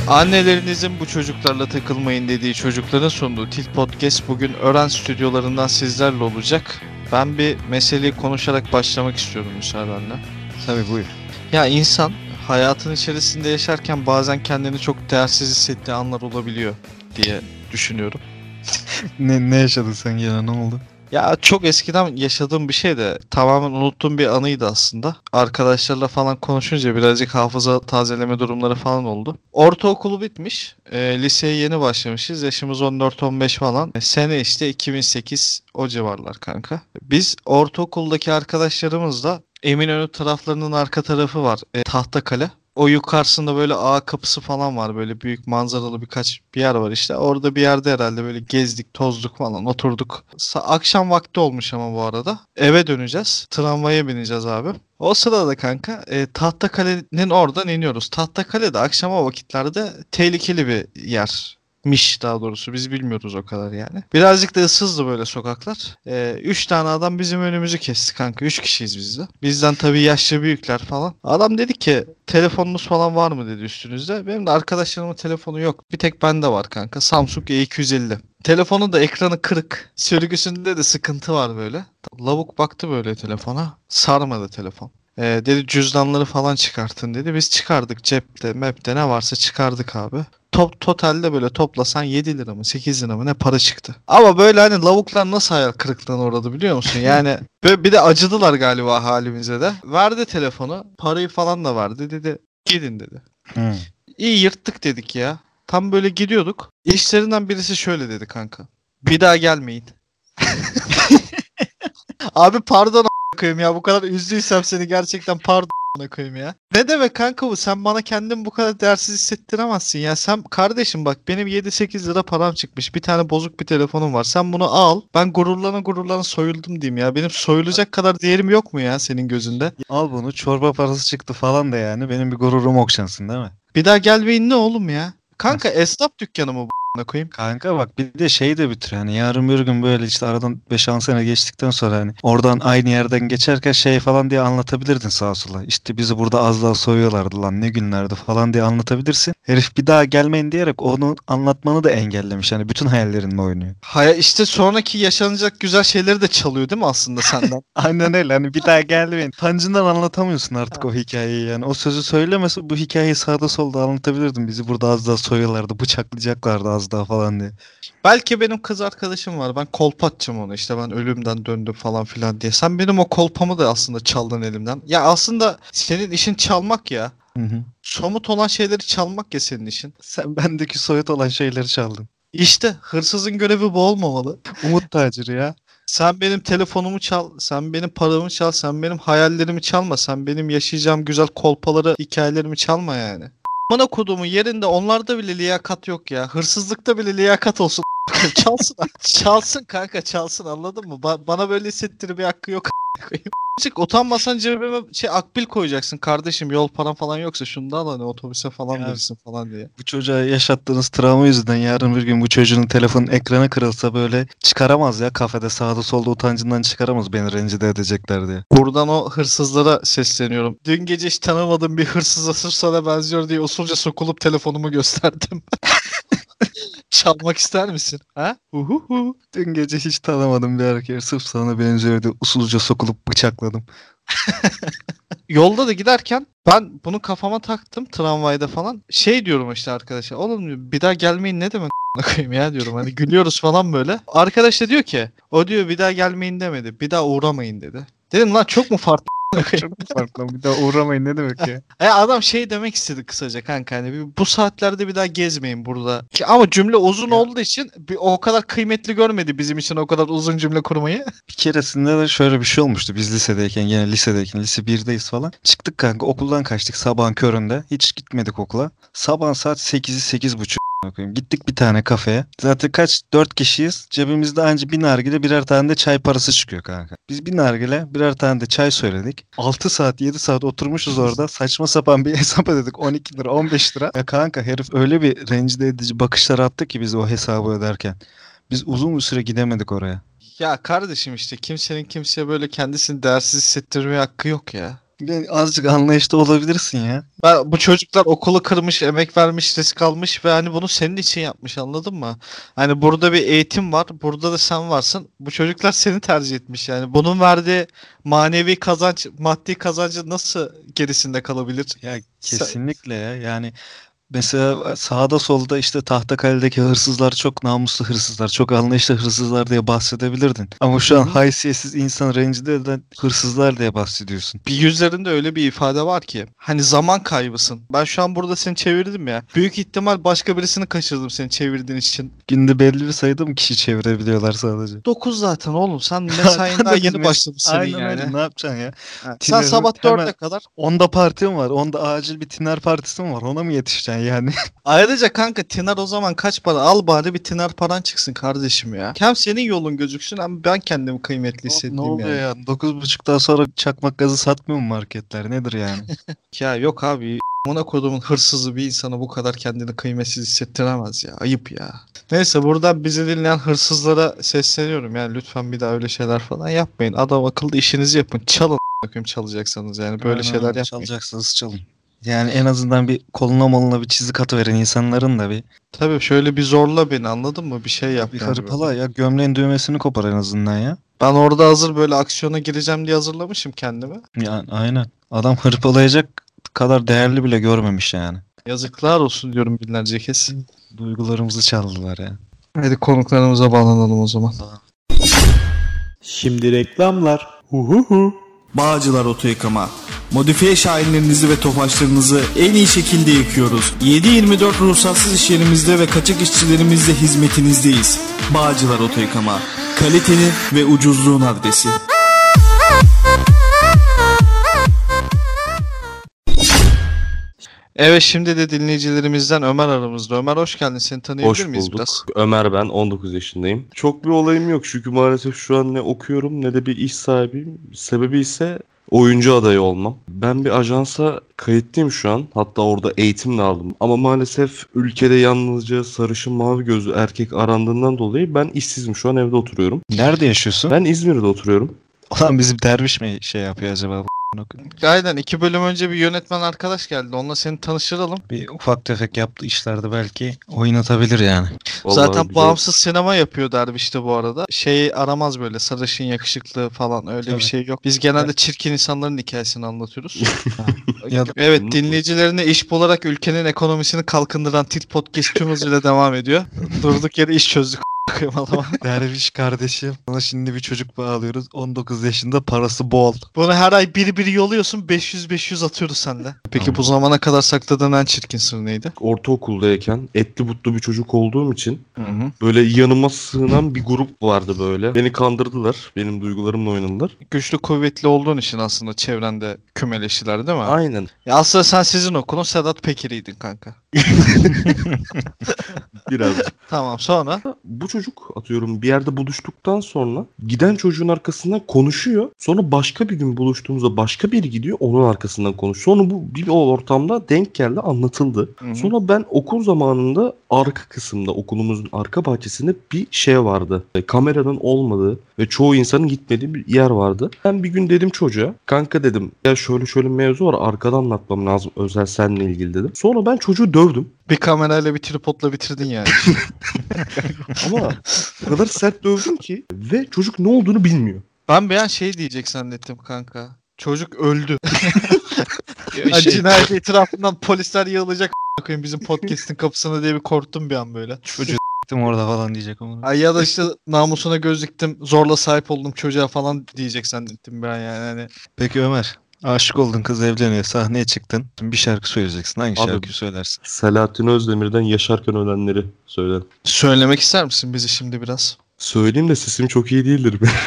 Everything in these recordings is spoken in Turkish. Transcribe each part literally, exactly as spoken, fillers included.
Annelerinizin bu çocuklarla takılmayın dediği çocukların sunduğu Tilt Podcast bugün Ören stüdyolarından sizlerle olacak. Ben bir meseleyi konuşarak başlamak istiyorum müsaadenle. Tabii buyur. Ya insan hayatın içerisinde yaşarken bazen kendini çok değersiz hissettiği anlar olabiliyor diye düşünüyorum. ne, ne yaşadın sen gene, ne oldu? Ya çok eskiden yaşadığım bir şey de tamamen unuttuğum bir anıydı aslında. Arkadaşlarla falan konuşunca birazcık hafıza tazeleme durumları falan oldu. Ortaokulu bitmiş. E, liseye yeni başlamışız. Yaşımız on dört on beş falan. E, sene işte iki bin sekiz o civarlar kanka. Biz ortaokuldaki arkadaşlarımızla Eminönü taraflarının arka tarafı var. E, Tahtakale. O yukarısında böyle ağ kapısı falan var. Böyle büyük manzaralı birkaç bir yer var işte. Orada bir yerde herhalde böyle gezdik, tozduk falan, oturduk. Sa- akşam vakti olmuş ama bu arada. Eve döneceğiz. Tramvaya bineceğiz abi. O sırada kanka e, Tahtakale'nin oradan iniyoruz. Tahtakale de akşam o vakitlerde tehlikeli bir yer. Miş daha doğrusu biz bilmiyoruz o kadar yani. Birazcık da ıssızdı böyle sokaklar. Ee, üç tane adam bizim önümüzü kesti kanka. Üç kişiyiz biz de. Bizden tabii yaşlı büyükler falan. Adam dedi ki telefonunuz falan var mı dedi üstünüzde. Benim de arkadaşlarımın telefonu yok. Bir tek bende var kanka. Samsung E iki yüz elli. Telefonu da ekranı kırık. Sürgüsünde de sıkıntı var böyle. Lavuk baktı böyle telefona. Sarmadı telefon. Ee, dedi cüzdanları falan çıkartın dedi. Biz çıkardık cepte, map'te ne varsa çıkardık abi. Top, totalde böyle toplasan yedi lira mı sekiz lira mı ne para çıktı. Ama böyle hani lavuklar nasıl hayal kırıklığına uğradı biliyor musun? Yani böyle bir de acıdılar galiba halimize de. Verdi telefonu, parayı falan da verdi, dedi gidin dedi. Hmm. İyi yırttık dedik ya. Tam böyle gidiyorduk. İşlerinden birisi şöyle dedi kanka. Bir daha gelmeyin. Abi pardon a**ına koyayım ya, bu kadar üzdüysem seni gerçekten pardon a**ına koyayım ya. Ne demek kanka bu? Sen bana kendimi bu kadar değersiz hissettiremezsin ya. Sen kardeşim bak, benim yedi sekiz lira param çıkmış. Bir tane bozuk bir telefonum var. Sen bunu al. Ben gururlana gururlana soyuldum diyeyim ya. Benim soyulacak kadar değerim yok mu ya senin gözünde? Al bunu, çorba parası çıktı falan da yani benim bir gururum okşansın değil mi? Bir daha gelmeyin ne oğlum ya? Kanka esnaf dükkanı mı bu a**ına koyayım? Kanka bak, bir de şey de bir tür, hani yarın bir gün böyle işte aradan beş on sene geçtikten sonra hani oradan aynı yerden geçerken şey falan diye anlatabilirdin sağa sola. İşte bizi burada az daha soyuyorlardı lan, ne günlerdi falan diye anlatabilirsin. Herif bir daha gelmeyin diyerek onu anlatmanı da engellemiş. Hani bütün hayallerinle oynuyor. Haya işte sonraki yaşanacak güzel şeyleri de çalıyor değil mi aslında senden? Aynen öyle, hani bir daha gelmeyin. Utancından anlatamıyorsun artık o hikayeyi yani. O sözü söylemese bu hikayeyi sağda solda anlatabilirdim. Bizi burada az daha soyuyorlardı, bıçaklayacaklardı az daha falan diye. Belki benim kız arkadaşım var. Ben kolpa atacağım ona. İşte ben ölümden döndüm falan filan diye. Sen benim o kolpamı da aslında çaldın elimden. Ya aslında senin işin çalmak ya. Hı hı. Somut olan şeyleri çalmak ya senin işin. Sen bendeki soyut olan şeyleri çaldın. İşte hırsızın görevi bu olmamalı. Umut taciri ya. Sen benim telefonumu çal. Sen benim paramı çal. Sen benim hayallerimi çalma. Sen benim yaşayacağım güzel kolpaları, hikayelerimi çalma yani. Amına kodumun yerinde onlarda bile liyakat yok ya. Hırsızlıkta bile liyakat olsun. Çalsın. Çalsın kanka, çalsın, anladın mı? Ba- bana böyle hissettir bir hakkı yok. Çık utanmasan cebime şey akbil koyacaksın kardeşim, yol paran falan yoksa şunu da al hani otobüse falan Ya verirsin falan diye. bu çocuğa yaşattığınız travma yüzünden yarın bir gün bu çocuğun telefonun ekranı kırılsa böyle çıkaramaz ya, kafede sağda solda utancından çıkaramaz, beni rencide edecekler diye. Buradan o hırsızlara sesleniyorum. Dün gece hiç tanımadığım bir hırsıza sırf sana benziyor diye usulca sokulup telefonumu gösterdim. Çalmak ister misin? Ha? Uhuhu. Dün gece hiç tanımadım bir erkeğe sırf sana benziyor diye usulca sokulup bıçakladım. Yolda da giderken ben bunu kafama taktım tramvayda falan. Şey diyorum işte arkadaşa. Oğlum diyor, bir daha gelmeyin ne demek a**ına koyayım ya diyorum. Hani gülüyoruz falan böyle. Arkadaş da diyor ki o diyor bir daha gelmeyin demedi. Bir daha uğramayın dedi. Dedim lan çok mu farklı a**ına koyayım? Çok mu farklı? Bir daha uğramayın ne demek ya? E adam şey demek istedi kısaca kanka, hani bir- bu saatlerde bir daha gezmeyin burada. Ki- Ama cümle uzun Ya olduğu için bir, o kadar kıymetli görmedi bizim için o kadar uzun cümle kurmayı. bir keresinde de şöyle bir şey olmuştu. Biz lisedeyken, yine lisedeyken, lise birdeyiz falan. Çıktık kanka, okuldan kaçtık sabahın köründe. Hiç gitmedik okula. Sabah saat sekizi sekiz buçuk koyayım. Gittik bir tane kafeye. Zaten kaç? Dört kişiyiz. Cebimizde anca bir nargile, birer tane de çay parası çıkıyor kanka. Biz bir nargile, birer tane de çay söyledik. Altı saat yedi saat oturmuşuz orada. Saçma sapan bir hesap ödedik. on iki lira on beş lira. Ya kanka herif öyle bir rencide edici bakışlar attı ki biz o hesabı öderken. Biz uzun bir süre gidemedik oraya. Ya kardeşim işte kimsenin kimseye böyle kendisini değersiz hissettirmeye hakkı yok ya. Yani azıcık anlayışlı olabilirsin ya. Ben, bu çocuklar okulu kırmış, emek vermiş, risk almış ve hani bunu senin için yapmış, anladın mı? Hani burada bir eğitim var, burada da sen varsın. Bu çocuklar seni tercih etmiş yani. Bunun verdiği manevi kazanç, maddi kazancı nasıl gerisinde kalabilir? Ya Sen- kesinlikle ya. Yani mesela sağda solda işte Tahtakale'deki hırsızlar çok namuslu hırsızlar, çok anlayışlı hırsızlar diye bahsedebilirdin. Ama Hı şu an hı. haysiyetsiz insan rencide eden hırsızlar diye bahsediyorsun. Bir yüzlerinde öyle bir ifade var ki hani zaman kaybısın. Ben şu an burada seni çevirdim ya. Büyük ihtimal başka birisini kaçırdım seni çevirdiğin için. Günde belli bir sayıda mı kişi çevirebiliyorlar sadece? Dokuz zaten oğlum. Sen mesain daha Dokuz yeni mes- başlamış senin Aynen yani. öyle. Ne yapacaksın ya? Ha, sen Tiner'in sabah hemen dörde kadar. onda partim var. Onda acil bir tiner partisi mi var? Ona mı yetişeceksin yani? Ayrıca kanka Tinar o zaman kaç para? Al bari bir Tinar paran çıksın kardeşim ya. Hem senin yolun gözüksün hem ben kendimi kıymetli Ne ne hissedeyim oluyor yani. yani? Dokuz buçuktan sonra çakmak gazı satmıyor mu marketler? Nedir yani? Ya yok abi. Amına kodumun hırsızı bir insana bu kadar kendini kıymetsiz hissettiremez ya. Ayıp ya. Neyse buradan bizi dinleyen hırsızlara sesleniyorum. Yani lütfen bir daha öyle şeyler falan yapmayın. Adam akıllı işinizi yapın. Çalın bakayım çalacaksanız yani. Böyle Aynen şeyler öyle. yapmayın. Çalacaksınız çalın. Yani en azından bir koluna moluna bir çizik atıveren insanların da bir Tabii şöyle bir zorla beni, anladın mı? Bir şey yap bir yani böyle. hırpala ya. Gömleğin düğmesini kopar en azından ya. Ben orada hazır böyle aksiyona gireceğim diye hazırlamışım kendimi. Yani aynen. Adam hırpalayacak kadar değerli bile görmemiş yani. Yazıklar olsun diyorum binlerce kez. Duygularımızı çaldılar ya. Hadi konuklarımıza bağlanalım o zaman. Şimdi reklamlar. Huhuhu. Bağcılar Oto Yıkama. Modifiye şahinlerinizi ve tofaşlarınızı en iyi şekilde yıkıyoruz. yedi yirmi dört ruhsatsız iş yerimizde ve kaçak işçilerimizle hizmetinizdeyiz. Bağcılar Oto Yıkama. Kalitenin ve ucuzluğun adresi. Evet şimdi de dinleyicilerimizden Ömer aramızda. Ömer hoş geldin. Seni tanıyabilir Hoş miyiz bulduk. biraz? Ömer ben, on dokuz yaşındayım. Çok bir olayım yok çünkü maalesef şu an ne okuyorum ne de bir iş sahibiyim. Sebebi ise oyuncu adayı olmam. Ben bir ajansa kayıtlıyım şu an. Hatta orada eğitim de aldım. Ama maalesef ülkede yalnızca sarışın mavi gözlü erkek arandığından dolayı ben işsizim. Şu an evde oturuyorum. Nerede yaşıyorsun? Ben İzmir'de oturuyorum. Ulan bizim derviş mi şey yapıyor acaba? Aynen iki bölüm önce bir yönetmen arkadaş geldi. Onunla seni tanıştıralım. Bir ufak tefek yaptığı işlerde belki oynatabilir yani. Vallahi Zaten güzel. bağımsız sinema yapıyor Derviş'te bu arada. Şeyi aramaz böyle sarışın yakışıklı falan öyle Tabii. bir şey yok. Biz genelde çirkin insanların hikayesini anlatıyoruz. Ya Evet dinleyicilerine iş bularak ülkenin ekonomisini kalkındıran Tilt Podcast tüm hızıyla devam ediyor. Durduk yere iş çözdük. Adama. derviş kardeşim. Sana şimdi bir çocuk bağlıyoruz. on dokuz yaşında parası bol. Bunu her ay biri biri yolluyorsun beş yüz beş yüz atıyoruz sende. Peki bu zamana kadar sakladığın en çirkin sır neydi? Ortaokuldayken etli butlu bir çocuk olduğum için Hı hı. böyle yanıma sığınan bir grup vardı böyle. Beni kandırdılar. Benim duygularımla oynadılar. Güçlü kuvvetli olduğun için aslında çevrende kümeleştiler değil mi? Aynen. Ya aslında sen sizin okulun Sedat Peker'iydin kanka. Biraz. Tamam sonra? Bu çocuk atıyorum bir yerde buluştuktan sonra giden çocuğun arkasından konuşuyor. Sonra başka bir gün buluştuğumuzda başka biri gidiyor onun arkasından konuşuyor. Sonra bu bir o ortamda denk geldi anlatıldı. Hı hı. Sonra ben okul zamanında arka kısımda okulumuzun arka bahçesinde bir şey vardı. E, Kameranın olmadığı ve çoğu insanın gitmediği bir yer vardı. Ben bir gün dedim çocuğa kanka dedim ya şöyle şöyle mevzu var arkadan anlatmam lazım özel seninle ilgili dedim. Sonra ben çocuğu dövdüm. Bir kamerayla bir tripodla bitirdin yani. Ama o kadar sert dövdüm ki ve çocuk ne olduğunu bilmiyor. Ben bir an şey diyecek zannettim kanka. Çocuk öldü. Ya şey- Cinayet etrafından polisler yığılacak a**ayım bizim podcast'in kapısına diye bir korktum bir an böyle. Çocuğu s**tim orada falan diyecek ama. Ay ya da işte namusuna göz diktim zorla sahip oldum çocuğa falan diyecek zannettim ben yani. Hani Peki Ömer. Aşık oldun kız evleniyor. Sahneye çıktın. Bir şarkı söyleyeceksin. Hangi Abi- şarkıyı söylersin? Selahattin Özdemir'den Yaşarken Ölenleri söyledim. söylemek ister misin bizi şimdi biraz? Söyleyeyim de sesim çok iyi değildir be.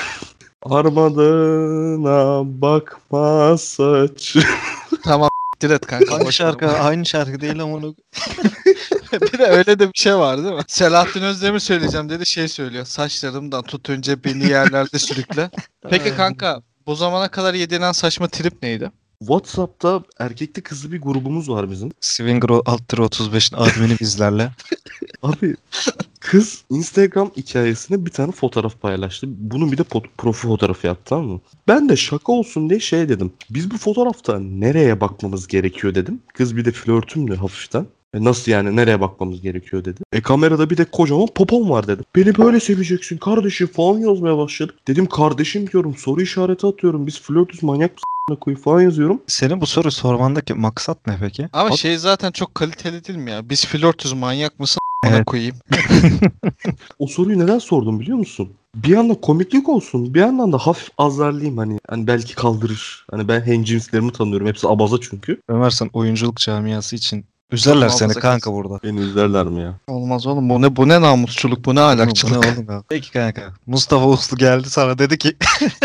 Armadına bakma saç. Tamam direkt kanka. Aynı boş şarkı, ver. aynı şarkı değil ama onu... Bir de öyle de bir şey var değil mi? Selahattin Özdemir söyleyeceğim dedi şey söylüyor. Saçlarımdan tut önce beni yerlerde sürükle. Peki kanka bu zamana kadar yedinen saçma trip neydi? WhatsApp'ta erkekli kızlı bir grubumuz var bizim. Swinger alt otuz beşin admini bizlerle. Abi kız Instagram hikayesine bir tane fotoğraf paylaştı. Bunun bir de pot- profil fotoğrafı yaptı, tamam mı? Ben de şaka olsun diye şey dedim. Biz bu fotoğrafta nereye bakmamız gerekiyor dedim. Kız bir de flörtümdü hafiften. E nasıl yani nereye bakmamız gerekiyor dedi. E kamerada bir de kocaman popom var dedim. Beni böyle seveceksin kardeşim falan yazmaya başladı. Dedim kardeşim diyorum, soru işareti atıyorum. Biz flörtüz, manyak mısın koy falan yazıyorum. Senin bu soruyu sormandaki maksat ne peki? Ama At- şey zaten çok kaliteli değil mi ya? Biz flörtüz, manyak mısın? Ona Evet. koyayım. O soruyu neden sordum biliyor musun? Bir yandan komiklik olsun, bir yandan da hafif azarlayayım hani. Hani belki kaldırır. Hani ben hemcinslerimi tanıyorum. Hepsi abaza çünkü. Ömer sen oyunculuk camiası için üzerler seni muhafaza kanka kız. burada. Beni izlerler mi ya? Olmaz oğlum. Bu ne bu ne namusçuluk, bu ne Oğlum, bu ahlakçılık. ne oğlum ya? Peki kanka. Mustafa Uslu geldi sana dedi ki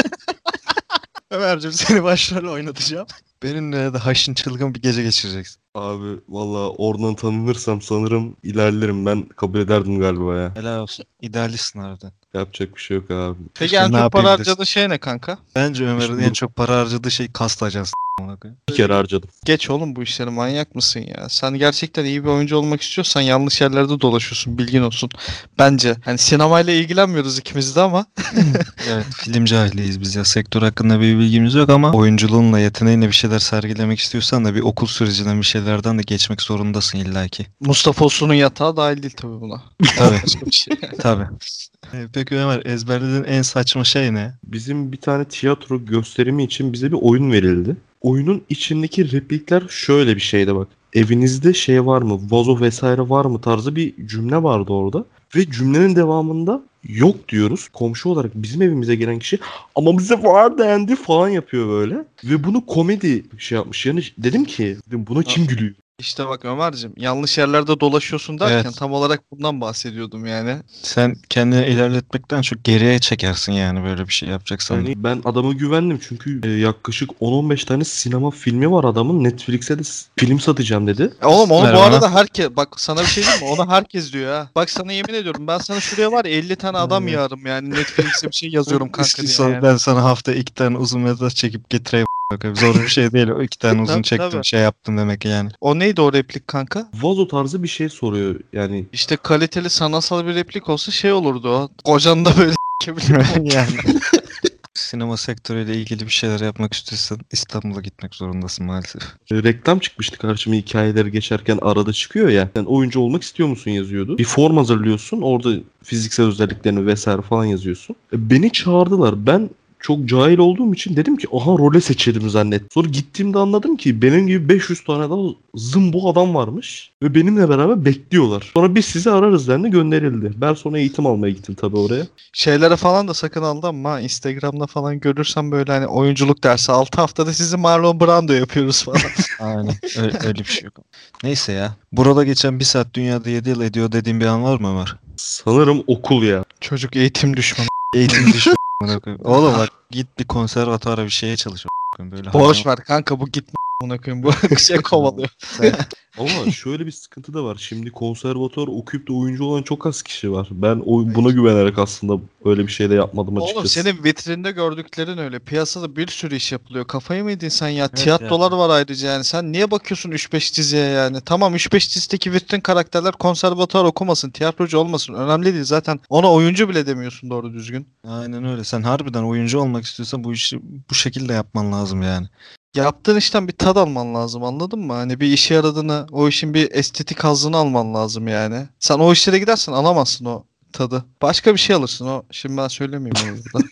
Ömerciğim seni başrol oynatacağım. Benimle de haşin çılgın bir gece geçireceksin. Abi valla oradan tanınırsam sanırım ilerlerim. Ben kabul ederdim galiba ya. Helal olsun. İdealistsin harbiden. Yapacak bir şey yok abi. Peki İşte en ne çok para yapayım harcadığı şey ne kanka? Bence Ömer'in İşte en bu- çok para harcadığı şey kast ajansı. amına koyayım. Bir kere harcadım. Geç oğlum bu işleri, manyak mısın ya? Sen gerçekten iyi bir oyuncu olmak istiyorsan yanlış yerlerde dolaşıyorsun, bilgin olsun. Bence. Hani sinemayla ilgilenmiyoruz ikimiz de ama Evet, film cahiliyiz biz ya. Sektör hakkında bir bilgimiz yok ama oyunculuğunla, yeteneğinle bir şeyler sergilemek istiyorsan da bir okul sürecinden bir şeylerden de geçmek zorundasın illaki. Mustafa Uslu'nun yatağı dahil değil tabii buna. Tabii, Başka bir şey. tabii. Ee, Peki Ömer, ezberlediğin en saçma şey ne? Bizim bir tane tiyatro gösterimi için bize bir oyun verildi. Oyunun içindeki replikler şöyle bir şeydi bak. Evinizde şey var mı, vazo vesaire var mı tarzı bir cümle vardı orada. Ve cümlenin devamında yok diyoruz. Komşu olarak bizim evimize gelen kişi ama bize var dendi falan yapıyor böyle. Ve bunu komedi şey yapmış. Yani dedim ki dedim, buna kim gülüyor? İşte bak Ömerciğim, yanlış yerlerde dolaşıyorsun derken Evet. tam olarak bundan bahsediyordum yani. Sen kendini ilerletmekten çok geriye çekersin yani böyle bir şey yapacaksan. Yani ben adama güvendim çünkü e, yaklaşık on on beş tane sinema filmi var adamın. Netflix'e de s- film satacağım dedi. E Oğlum onu Ver bu bana. arada herkes, bak sana bir şey diyeyim mi? Onu herkes diyor ha. Bak sana yemin ediyorum, ben sana şuraya var ya elli tane adam Evet. yağarım yani, Netflix'e bir şey yazıyorum kanka diye İstiyorsan yani. ben sana hafta iki tane uzun mesaj çekip getireyim. Zor bir şey değil. O iki tane uzun Tabii, çektim tabii. şey yaptım demek yani. O neydi o replik kanka? Vazo tarzı bir şey soruyor yani. İşte kaliteli sanatsal bir replik olsa şey olurdu o. Kocan da böyle yani. Sinema sektörüyle ilgili bir şeyler yapmak istiyorsan İstanbul'a gitmek zorundasın maalesef. E, reklam çıkmıştı karşıma, hikayeleri geçerken arada çıkıyor ya. Sen oyuncu olmak istiyor musun yazıyordu. Bir form hazırlıyorsun. Orada fiziksel özelliklerini vesaire falan yazıyorsun. E, beni çağırdılar. Ben çok cahil olduğum için dedim ki aha role seçildim zannettim. Sonra gittiğimde anladım ki benim gibi beş yüz tane daha zımbo adam varmış. Ve benimle beraber bekliyorlar. Sonra biz sizi ararız dendi, gönderildi. Ben sonra eğitim almaya gittim tabii oraya. şeylere falan da sakın aldanma ha. Instagram'da falan görürsem böyle hani oyunculuk dersi altı haftada sizi Marlon Brando yapıyoruz falan. Aynen. Öyle, öyle bir şey yok. Neyse ya. Burada geçen bir saat dünyada yedi yıl ediyor dediğin bir an var mı Ömer? Sanırım okul ya. Çocuk eğitim düşmanı. Eğitim düşmanı. amına koyayım. Oğlum bak git bir konservatuara bir şeye çalış. amına koyayım. Böyle Boş harcama- ver kanka, bu gitme buna koyayım. Bu şey kovalıyor. Sen- Ama şöyle bir sıkıntı da var. Şimdi konservatuvar okuyup da oyuncu olan çok az kişi var. Ben o, buna güvenerek aslında öyle bir şey de yapmadım açıkçası. Oğlum senin vitrinde gördüklerin öyle. Piyasada bir sürü iş yapılıyor. Kafayı mı yedin sen ya? Evet Tiyatrolar var ayrıca yani. Sen niye bakıyorsun üç beş diziye yani? Tamam, üç beş dizideki vitrin karakterler konservatuvar okumasın, tiyatrocu olmasın. Önemli değil zaten. Ona oyuncu bile demiyorsun doğru düzgün. Aynen öyle. Sen harbiden oyuncu olmak istiyorsan bu işi bu şekilde yapman lazım yani. Yaptığın işten bir tad alman lazım, anladın mı? Hani bir işe yaradığını, o işin bir estetik hazzını alman lazım yani. Sen o işlere gidersen alamazsın o tadı. Başka bir şey alırsın o. Şimdi ben söylemeyeyim onu burada.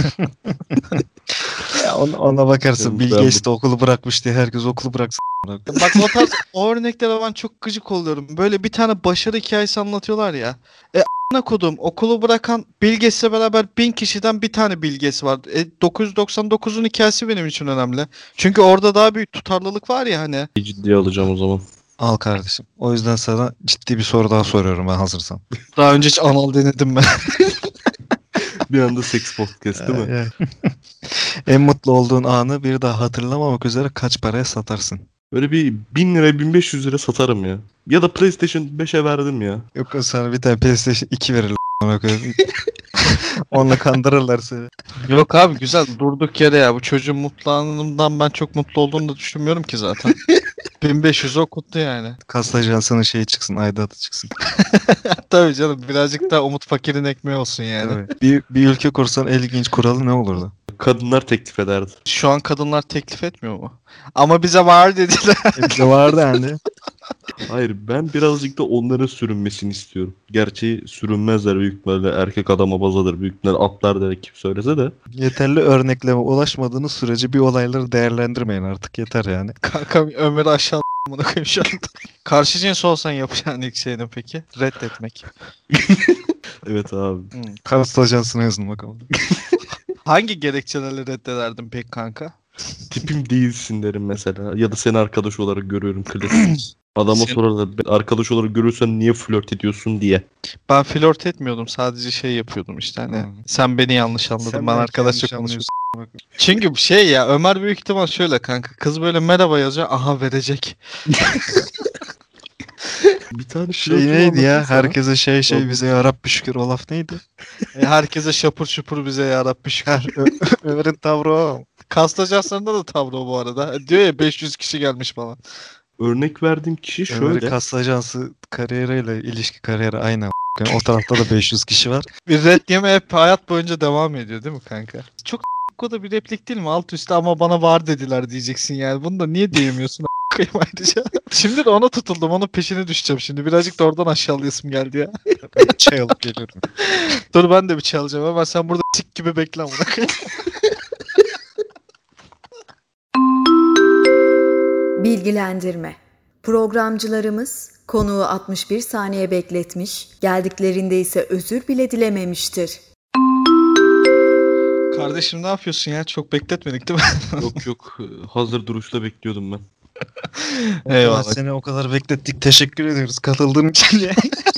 Ya ona, ona bakarsın. Ben- Bill ben Gates de okulu bırakmış diye herkes okulu bıraksın. Bak o tarz o örneklere ben çok gıcık oluyorum. Böyle bir tane başarı hikayesi anlatıyorlar ya. E a**ına kodum, okulu bırakan Bill Gates'le beraber bin kişiden bir tane Bill Gates var. E dokuz yüz doksan dokuzun hikayesi benim için önemli. Çünkü orada daha büyük tutarlılık var ya hani. Ciddiye alacağım o zaman. Al kardeşim. O yüzden sana ciddi bir soru daha soruyorum ben hazırsan. Daha önce hiç anal denedim ben. Bir anda seks podcast değil mi? En mutlu olduğun anı bir daha hatırlamamak üzere kaç paraya satarsın? Böyle bir bin lira bin beş yüz lira satarım ya. Ya da PlayStation beşe verdim ya. Yok sana bir tane PlayStation iki verirler. amına koyayım. Onunla kandırırlar seni. Yok abi güzel durduk yere ya. Bu çocuğun mutlu anından ben çok mutlu olduğunu da düşünmüyorum ki zaten. bin beş yüz okuttu yani. Kas ajansının şeyi çıksın, aidatı çıksın. Tabii canım birazcık daha Umut Fakir'in ekmeği olsun yani. Tabii. Bir, bir ülke kursan en ilginç kuralı ne olurdu? Kadınlar teklif ederdi. Şu an kadınlar teklif etmiyor mu? Ama bize var dediler. Bizde vardı yani. Hayır, ben birazcık da onların sürünmesini istiyorum. Gerçi sürünmezler büyük ihtimalle, erkek adama baz alır büyük ihtimalle, atlar der kim söylese de. Yeterli örnekleme ulaşmadığınız sürece bir olayları değerlendirmeyin artık yeter yani. Kankam Ömer'i aşağı a**ına koyayım şu anda. Karşı cins olsan yapacağın ilk şey ne peki? Reddetmek. Evet abi. Hmm. Kas ajansına yazın bakalım. Hangi gerekçelerle reddederdin peki kanka? Tipim değilsin derim mesela. Ya da seni arkadaş olarak görüyorum klasik. Adama Sen- sorarlar, "Ben arkadaş olarak görürsen niye flört ediyorsun" diye. Ben flört etmiyordum. Sadece şey yapıyordum işte hani. Hmm. Sen beni yanlış anladın. Sen ben belki arkadaşça yanlış konuşuyorum. anlıyorsun. Çünkü şey ya Ömer büyük ihtimal şöyle kanka. Kız böyle merhaba yazıyor. Aha verecek. Bir tane Şey flörtümü neydi ya? anlatayım sana. Herkese şey şey Tamam. bize ya Rabbi şükür o laf neydi? E, herkese şapur şupur bize yarabbi şükür. Ömer'in tavrı o. Kastacaslarında da tablo bu arada. Diyor ya beş yüz kişi gelmiş falan. Örnek verdiğim kişi Ömer'in şöyle. kas ajansı kariyeriyle ilişki kariyeri aynı. a**. O tarafta da beş yüz kişi var. Bir red yeme hep hayat boyunca devam ediyor değil mi kanka? Çok o da bir replik değil mi? Alt üstte ama bana var dediler diyeceksin yani. Bunu da niye diyemiyorsun a**ayım ayrıca? Şimdi de ona tutuldum. Onun peşine düşeceğim şimdi. Birazcık da oradan aşağılayasım geldi ya. Ben çay alıp geliyorum. Dur ben de bir çalacağım ama sen burada sik gibi bekle amına koyayım. Bilgilendirme. Programcılarımız konuğu altmış bir saniye bekletmiş, geldiklerinde ise özür bile dilememiştir. Kardeşim ne yapıyorsun ya? Çok bekletmedik değil mi? Yok yok, hazır duruşta bekliyordum ben. Eyvallah. Seni o kadar beklettik. Teşekkür ediyoruz katıldığın için. ya.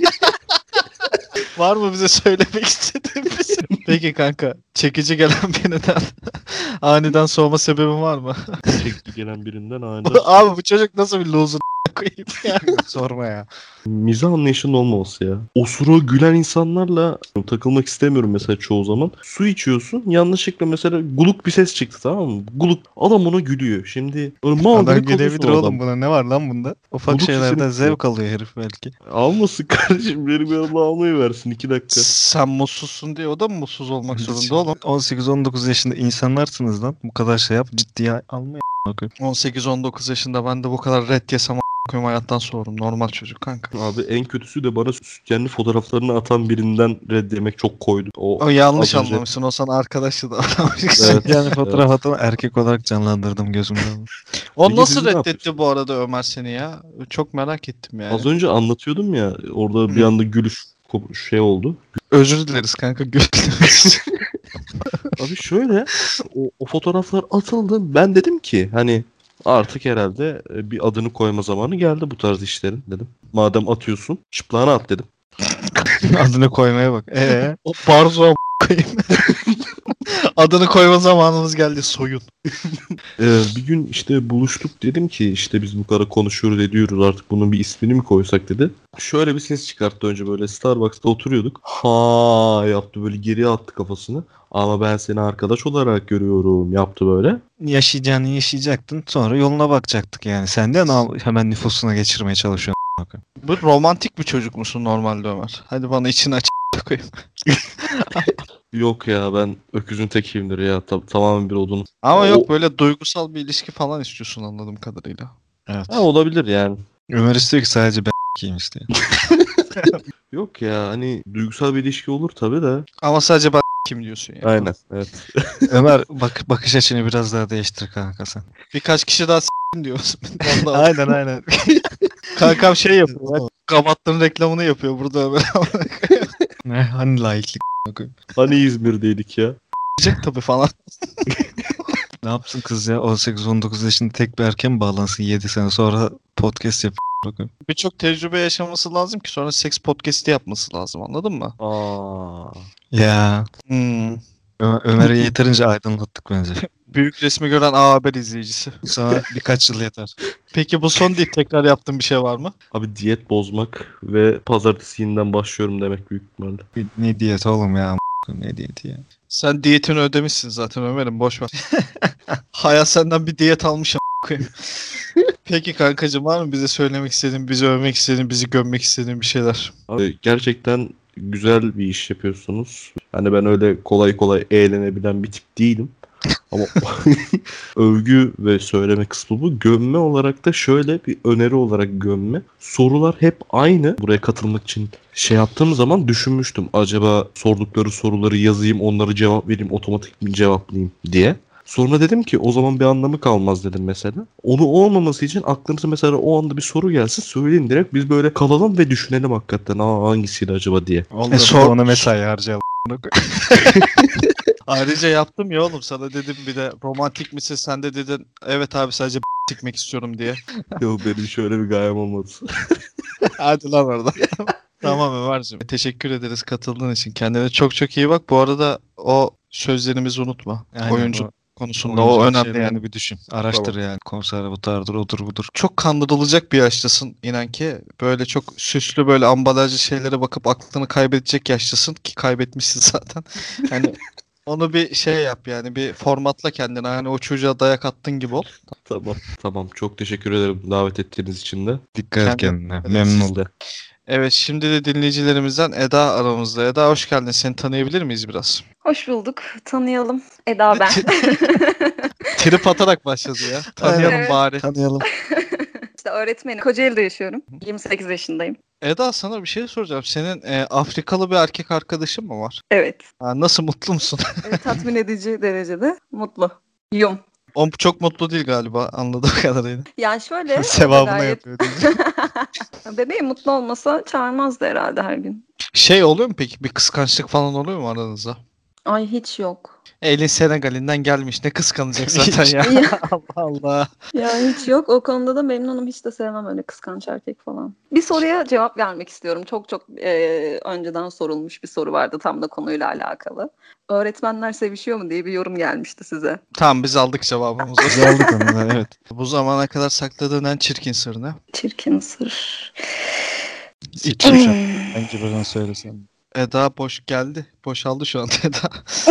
Var mı bize söylemek istediğin bir şey? Peki kanka. Çekici gelen birinden aniden soğuma sebebin var mı? Çekti gelen birinden aniden. Abi bu çocuk nasıl bir loser koyayım ya. Sorma ya. Mizah anlayışının olmaması ya. Osura gülen insanlarla takılmak istemiyorum mesela çoğu zaman. Su içiyorsun, yanlışlıkla mesela guluk bir ses çıktı, tamam mı? Guluk, adam ona gülüyor. Şimdi öyle mal Adam gibi gülebilir kalıyorsun o oğlum adam. buna. Ne var lan bunda? Ufak Bulut şeylerden sesini- zevk alıyor herif belki. Almasın kardeşim, benim yanımda almayı versin iki dakika. Sen mutsuzsun diye o da mı mutsuz olmak zorunda oğlum? on sekiz on dokuz yaşında insanlarsınız lan. Bu kadar şey yap. Ciddiye almayın. on sekiz on dokuz yaşında ben de bu kadar red yesem a**ına koyayım hayattan soğurum. Normal çocuk kanka. Abi en kötüsü de bana sütyenli fotoğraflarını atan birinden red yemek çok koydu. O, O yanlış az önce- anlamışsın. O sana arkadaşlı da anlamışsın. Evet. Yani fotoğraf atan erkek olarak canlandırdım gözümde. O Peki nasıl siz ne reddetti yapıyorsunuz? bu arada Ömer seni ya? Çok merak ettim yani. Az önce anlatıyordum ya, orada bir Hı. anda gülüş kop- şey oldu. Özür dileriz kanka. Gülüyoruz. Abi şöyle, o, o fotoğraflar atıldı. Ben dedim ki hani artık herhalde e, bir adını koyma zamanı geldi bu tarz işlerin dedim. Madem atıyorsun, çıplağına at dedim. Adını koymaya bak. Ee, O barzo a**ına koyayım. Adını koyma zamanımız geldi. Soyun. Ee, bir gün işte buluştuk, dedim ki işte biz bu kadar konuşuyoruz ediyoruz, artık bunun bir ismini mi koysak dedi. Şöyle bir ses çıkarttı önce, böyle Starbucks'ta oturuyorduk. Ha yaptı, böyle geriye attı kafasını. Ama ben seni arkadaş olarak görüyorum yaptı böyle. yaşayacağını yaşayacaktın. Sonra yoluna bakacaktık yani. Sen de na- hemen nüfusuna geçirmeye çalışıyorsun. Bu romantik bir çocuk musun normalde Ömer? Hadi bana içini aç a**ına koyayım. Yok ya, ben öküzün tekiyimdir ya, Ta- tamamen bir odun. Ama O- yok böyle duygusal bir ilişki falan istiyorsun anladığım kadarıyla. Evet. Ha, olabilir yani. Ömer istiyor ki sadece ben s**eyim istiyor. Yok ya, hani duygusal bir ilişki olur tabii de. Ama sadece ben kim diyorsun ya. Aynen, evet. Ömer bak bakış açını biraz daha değiştir kanka sen. Birkaç kişi daha s**tin diyorsun. Vallahi Aynen aynen. kankam şey yapıyor. ya, Gabattın reklamını yapıyor burada Ömer. Ne hani laiklik a**ına. Hani İzmir'deydik ya. Diyecek tabii falan. Ne yapsın kız ya on sekiz on dokuz yaşında tek bir erkeğe mi bağlansın yedi sene sonra podcast yapıyor. a**ına. Birçok tecrübe yaşaması lazım ki sonra seks podcast'i yapması lazım anladın mı? Aa. Ya Hmm. Ö- Ömer'i yeterince aydınlattık bence. Büyük resmi gören A Haber izleyicisi. Sana birkaç yıl yeter. Peki bu son değil, tekrar yaptığın bir şey var mı? Abi diyet bozmak ve pazartesi yeniden başlıyorum demek büyük ihtimalle. Ne diyet oğlum ya? am- Ne diyeti ya? Sen diyetini ödemişsin zaten Ömer'im, boş ver. Hayat senden bir diyet almış a**ına koyayım. Peki kankacığım, var mı bize söylemek istediğin, bizi övmek istediğin, bizi gömmek istediğin bir şeyler? Abi gerçekten güzel bir iş yapıyorsunuz. Hani ben öyle kolay kolay eğlenebilen bir tip değilim. Ama övgü ve söyleme kısmı bu. Gömme olarak da şöyle bir öneri olarak gömme. Sorular hep aynı. Buraya katılmak için şey yaptığım zaman düşünmüştüm. Acaba sordukları soruları yazayım, onları cevap vereyim, otomatik mi cevaplayayım diye. Sonra dedim ki o zaman bir anlamı kalmaz dedim mesela. Onu olmaması için aklınıza mesela o anda bir soru gelsin, söyleyin direkt. Biz böyle kalalım ve düşünelim hakikaten. Aa, hangisiydi acaba diye. Olmadı E, sor- ona mesai harcayalım. Ayrıca yaptım ya oğlum, sana dedim bir de romantik misin, sen de dedin evet abi sadece sikmek istiyorum diye. Yok benim şöyle bir gayem olmadı. Hadi lan orada. Tamam Ömerciğim. Teşekkür ederiz katıldığın için. Kendine çok çok iyi bak. Bu arada o sözlerimizi unutma. Aynen, Oyuncu o- konusunda o Oyunculuk önemli şeylerini yani. bir düşün. Araştır yani. Konservatuardır, odur budur. Çok kandırılacak bir yaştasın inan ki. Böyle çok süslü böyle ambalajlı şeylere bakıp aklını kaybedecek yaştasın ki kaybetmişsin zaten. Hani onu bir şey yap yani, bir formatla kendine. Hani o çocuğa dayak attın gibi ol. Tamam. Tamam. Çok teşekkür ederim davet ettiğiniz için de. Dikkat et Kendine- kendine. Memnun Siz oldum. de. Evet, şimdi de dinleyicilerimizden Eda aramızda. Eda hoş geldin. Seni tanıyabilir miyiz biraz? Hoş bulduk. Tanıyalım. Eda ben. Trip atarak başladı ya. Tanıyalım Evet. bari. Tanıyalım. İşte öğretmenim. Kocaeli'de yaşıyorum. yirmi sekiz yaşındayım. Eda, sana bir şey soracağım. Senin e, Afrikalı bir erkek arkadaşın mı var? Evet. Ha, nasıl, mutlu musun? E, tatmin edici derecede mutlu. Yum. O çok mutlu değil galiba anladığım kadarıyla. Yani şöyle. o da Sevabına gayet- yapıyor diyeceğim. Bebeğim mutlu olmasa çağırmazdı herhalde her gün. Şey oluyor mu peki? Bir kıskançlık falan oluyor mu aranızda? Ay hiç yok. Elin Senegal'inden gelmiş. Ne kıskanacak zaten ya. Ya, Allah Allah. ya hiç yok. O konuda da memnunum. Hiç de sevmem öyle kıskanç erkek falan. Bir soruya cevap vermek istiyorum. Çok çok e, önceden sorulmuş bir soru vardı tam da konuyla alakalı. Öğretmenler sevişiyor mu diye bir yorum gelmişti size. Tamam, biz aldık cevabımızı. Biz aldık onu da, evet. Bu zamana kadar sakladığın en çirkin sır ne? Çirkin sır. İç yumuşak. Bence buradan söylesem. Eda boş geldi. Boşaldı şu an Eda.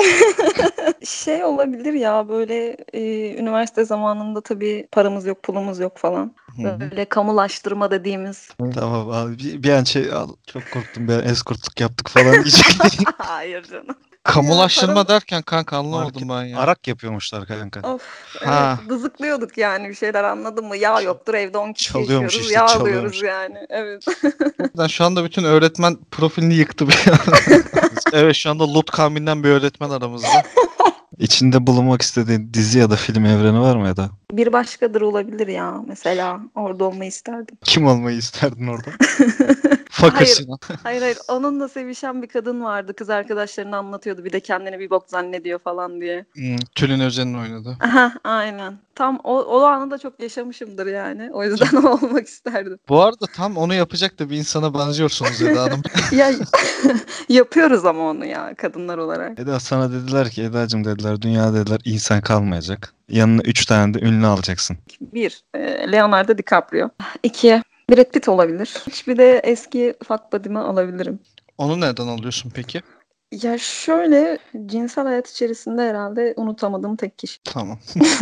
Şey olabilir ya böyle e, üniversite zamanında tabii paramız yok, pulumuz yok falan. Hı hı. Böyle kamulaştırma dediğimiz. Tamam abi. Bir, bir an şey al. Çok korktum. Bir an eskortluk yaptık falan diyecektim. Hayır canım. Kamulaştırma param- derken kanka anlamadım ben ya. Arak yapıyormuşlar kanka. Of, Ha. evet, bızıklıyorduk yani bir şeyler anladın mı? Yağ yoktur evde on kişi Çalıyormuş yaşıyoruz. işte, Yağ çalıyormuş. alıyoruz yani. Evet. Ben şu anda bütün öğretmen profilini yıktı bir Evet, şu anda Lut kavminden bir öğretmen aramızda. İçinde bulunmak istediğin dizi ya da film evreni var mı ya da? Bir başkadır olabilir ya mesela. Orada olmayı isterdim. Kim olmayı isterdin orada? Fakir Hayır. Sinan. Hayır hayır onunla sevişen bir kadın vardı. Kız arkadaşlarına anlatıyordu. Bir de kendini bir bok zannediyor falan diye. Hmm, Tülin Özen'in oynadı. Aha, aynen. Tam o, o anı da çok yaşamışımdır yani. O yüzden o olmak isterdim. Bu arada tam onu yapacak da bir insana benziyorsunuz Eda Hanım. Ya yapıyoruz ama onu ya kadınlar olarak. Eda sana dediler ki Eda'cığım dediler dünya dediler insan kalmayacak. Yanına üç tane de ünlü alacaksın. Bir, e, Leonardo DiCaprio. İki, Brad Pitt olabilir. Üç, bir de eski fuck buddy'mi alabilirim. Onu nereden alıyorsun peki? Ya şöyle cinsel hayat içerisinde herhalde unutamadığım tek kişi. Tamam.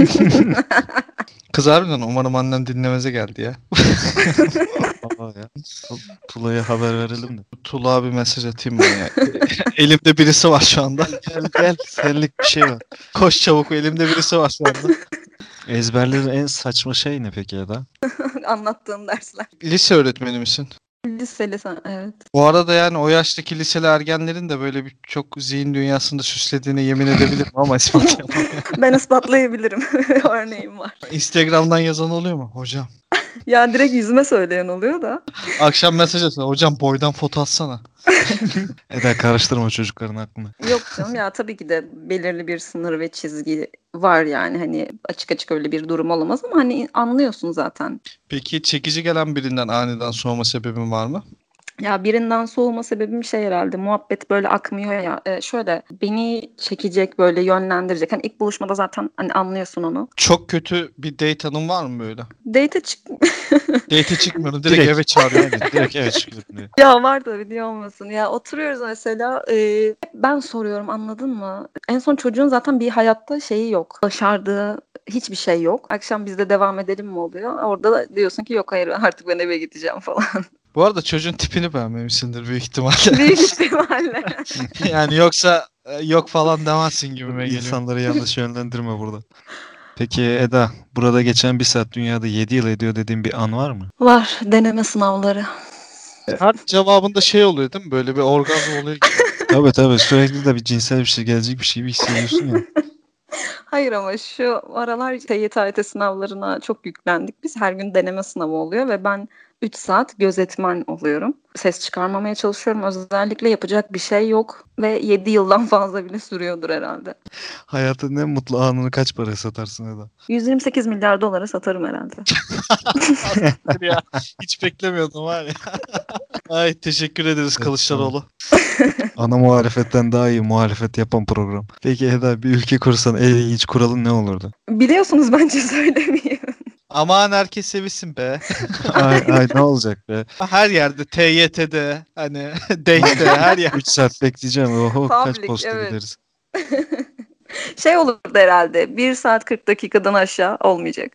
Kız harbiden umarım annem dinlemeze geldi ya. Allah ya. Tula'ya haber verelim de. Tula bir mesaj atayım ben ya. Elimde birisi var şu anda. Gel gel senlik bir şey var. Koş çabuk, elimde birisi var şu anda. Ezberlerin en saçma şey ne peki Eda? Anlattığım dersler. Lise öğretmeni misin? Liseli sen, evet. Bu arada yani o yaştaki liseli ergenlerin de böyle bir çok zihin dünyasında süslediğine yemin edebilirim ama ispat yapamam. Ben ispatlayabilirim. Örneğim var. Instagram'dan yazan oluyor mu? Hocam. Ya direkt yüzüme söyleyen oluyor da. Akşam mesaj atıyor. Hocam boydan foto atsana. Eda karıştırma çocukların aklını. Yok canım ya tabii ki de belirli bir sınır ve çizgi var yani hani açık açık öyle bir durum olamaz ama hani anlıyorsun zaten. Peki çekici gelen birinden aniden soğuma sebebin var mı? Ya birinden soğuma sebebim şey herhalde, muhabbet böyle akmıyor ya. E, şöyle beni çekecek, böyle yönlendirecek. Hani ilk buluşmada zaten hani anlıyorsun onu. Çok kötü bir date anın var mı böyle? Date çık Date'e çıkmıyorum. Direkt, Direkt. eve çağırıyor. Evet, direkt eve çıkıyorum diyor. Ya var da video olmasın. Ya oturuyoruz mesela, e, ben soruyorum, anladın mı? En son çocuğun zaten bir hayatta şeyi yok. Başardığı hiçbir şey yok. Akşam biz de devam edelim mi oluyor? Orada da diyorsun ki yok, hayır, artık ben eve gideceğim falan. Bu arada çocuğun tipini beğenmemişsindir büyük ihtimalle. Büyük ihtimalle. Yani yoksa e, yok falan demezsin gibime geliyor. İnsanları yanlış yönlendirme burada. Peki Eda, burada geçen bir saat dünyada yedi yıl ediyor dediğin bir an var mı? Var deneme sınavları. Her cevabında şey oluyor değil mi? Böyle bir orgazm oluyor gibi. Tabii tabii, sürekli de bir cinsel bir şey gelecek bir şey gibi hissediyorsun ya. Hayır ama şu aralar T Y T A Y T sınavlarına çok yüklendik. Biz her gün deneme sınavı oluyor ve ben üç saat gözetmen oluyorum. Ses çıkarmamaya çalışıyorum. Özellikle yapacak bir şey yok ve yedi yıldan fazla bile sürüyordur herhalde. Hayatın en mutlu anını kaç paraya satarsın Eda? yüz yirmi sekiz milyar dolara satarım herhalde. Ya, hiç beklemiyordum var ya. Ay teşekkür ederiz Evet, Kılıçdaroğlu. Ana muhalefetten daha iyi muhalefet yapan program. Peki Eda, bir ülke kursan en ilginç kuralın ne olurdu? Biliyorsunuz, bence söylemeyeyim. Aman herkes sevilsin be. Ay ay ne olacak be? Her yerde T Y T'de hani date'de her yer. üç saat bekleyeceğim. Oho, kaç Public, posta evet. gideriz. Şey olurdu herhalde, bir saat kırk dakikadan aşağı olmayacak.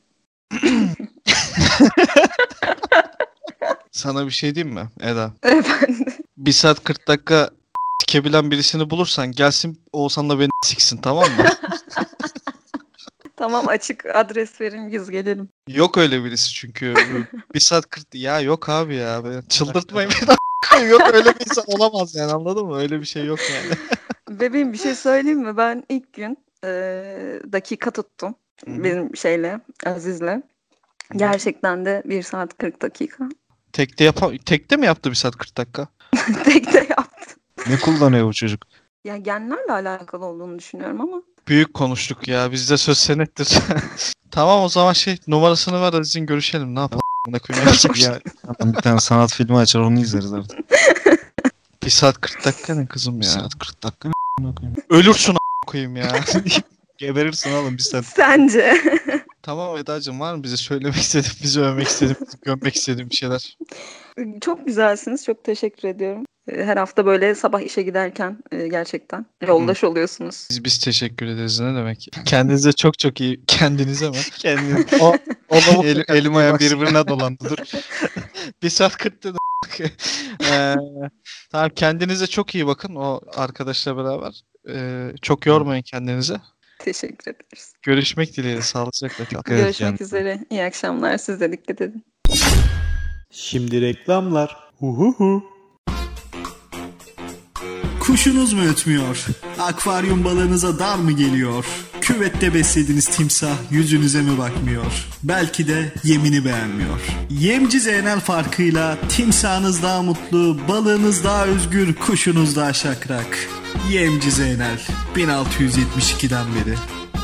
Sana bir şey diyeyim mi Eda? Efendim. Bir saat kırk dakika sikebilen birisini bulursan gelsin Oğuzhan'la beni siksin, tamam mı? Tamam, açık adres verin, biz gelelim. Yok öyle birisi çünkü. Bir saat kırk... Ya yok abi ya. Be. Çıldırtmayın beni. Yok öyle bir insan olamaz yani, anladın mı? Öyle bir şey yok yani. Bebeğim, bir şey söyleyeyim mi? Ben ilk gün e, dakika tuttum. Hı hı. Benim şeyle, Aziz'le. Gerçekten de bir saat kırk dakika. Tekte yapam Tekte mi yaptı bir saat kırk dakika? Tek de yaptım. Ne kullanıyor bu çocuk? Ya genlerle alakalı olduğunu düşünüyorum ama. Büyük konuştuk ya. Bizde söz senettir. Tamam o zaman şey numarasını ver Aziz'in, görüşelim. Ne yapalım? Ne koyayım? Ya adam bir tane sanat filmi açar, onu izleriz artık. Bir saat kırk dakika ne kızım Bir ya? saat kırk dakika ne koyayım? Ölürsün a** koyayım ya. Geberirsin oğlum bir saat. Sence? Tamam Eda'cığım, var mı bize söylemek istediğin, bizi övmek istediğin, bizi gömmek istediğin bir şeyler? Çok güzelsiniz. Çok teşekkür ediyorum. E, Her hafta böyle sabah işe giderken e, gerçekten yoldaş oluyorsunuz. Biz, biz teşekkür ederiz, ne demek. Kendinize çok çok iyi. Kendinize mi? Kendini O, o da El, elim ayağım birbirine dolandı, dur. Bir saat kırk dedi. Ee, tamam, kendinize çok iyi bakın o arkadaşla beraber. Ee, çok yormayın kendinizi. Teşekkür ederiz. Görüşmek dileğiyle, sağlıcakla kalın. Evet, Görüşmek yani. üzere. İyi akşamlar. Siz de dikkat edin. Şimdi reklamlar. Uhuhu. Kuşunuz mu ötmüyor? Akvaryum balığınıza dar mı geliyor? Küvette beslediğiniz timsah yüzünüze mi bakmıyor? Belki de yemini beğenmiyor. Yemci Zeynel farkıyla timsahınız daha mutlu, balığınız daha özgür, kuşunuz daha şakrak. Yemci Zeynel bin altı yüz yetmiş ikiden beri.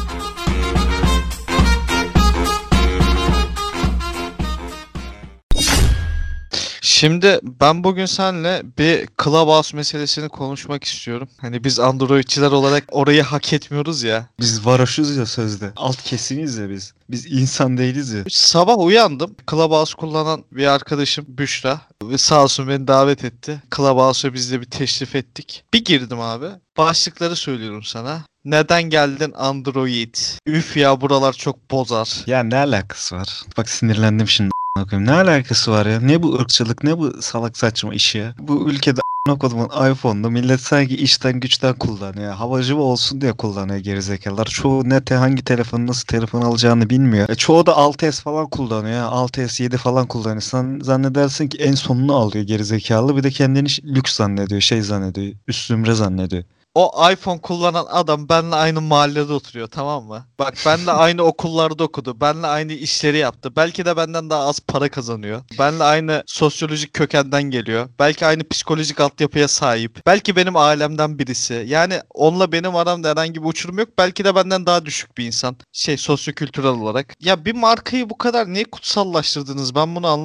Şimdi ben bugün seninle bir Clubhouse meselesini konuşmak istiyorum. Hani biz Androidçiler olarak orayı hak etmiyoruz ya. Biz varoşuz ya sözde. Alt kesimiz ya biz. Biz insan değiliz ya. Sabah uyandım. Clubhouse kullanan bir arkadaşım Büşra. Ve sağ olsun beni davet etti. Clubhouse'a biz de bir teşrif ettik. Bir girdim abi. Başlıkları söylüyorum sana. Neden geldin Android? Üf ya, buralar çok bozar. Ya ne alakası var? Bak sinirlendim şimdi. a**ına koyayım. Ne alakası var ya? Ne bu ırkçılık, ne bu salak saçma iş ya? Bu ülkede a**ına kodumun iPhone'da millet sanki işten güçten kullanıyor. Havacı olsun diye kullanıyor gerizekalılar. Çoğu ne te hangi telefonu nasıl telefon alacağını bilmiyor. E, çoğu da altı S falan kullanıyor ya. altı S yedi falan kullanıyor. Sen zannedersin ki en sonunu alıyor gerizekalı. Bir de kendini ş- lüks zannediyor, şey zannediyor. Üst zümre zannediyor. O iPhone kullanan adam benimle aynı mahallede oturuyor, tamam mı? Bak, benimle aynı okullarda okudu. Benimle aynı işleri yaptı. Belki de benden daha az para kazanıyor. Benimle aynı sosyolojik kökenden geliyor. Belki aynı psikolojik altyapıya sahip. Belki benim ailemden birisi. Yani onunla benim aramda herhangi bir uçurum yok. Belki de benden daha düşük bir insan. Şey, sosyokültürel olarak. Ya bir markayı bu kadar niye kutsallaştırdınız? Ben bunu anlamadım.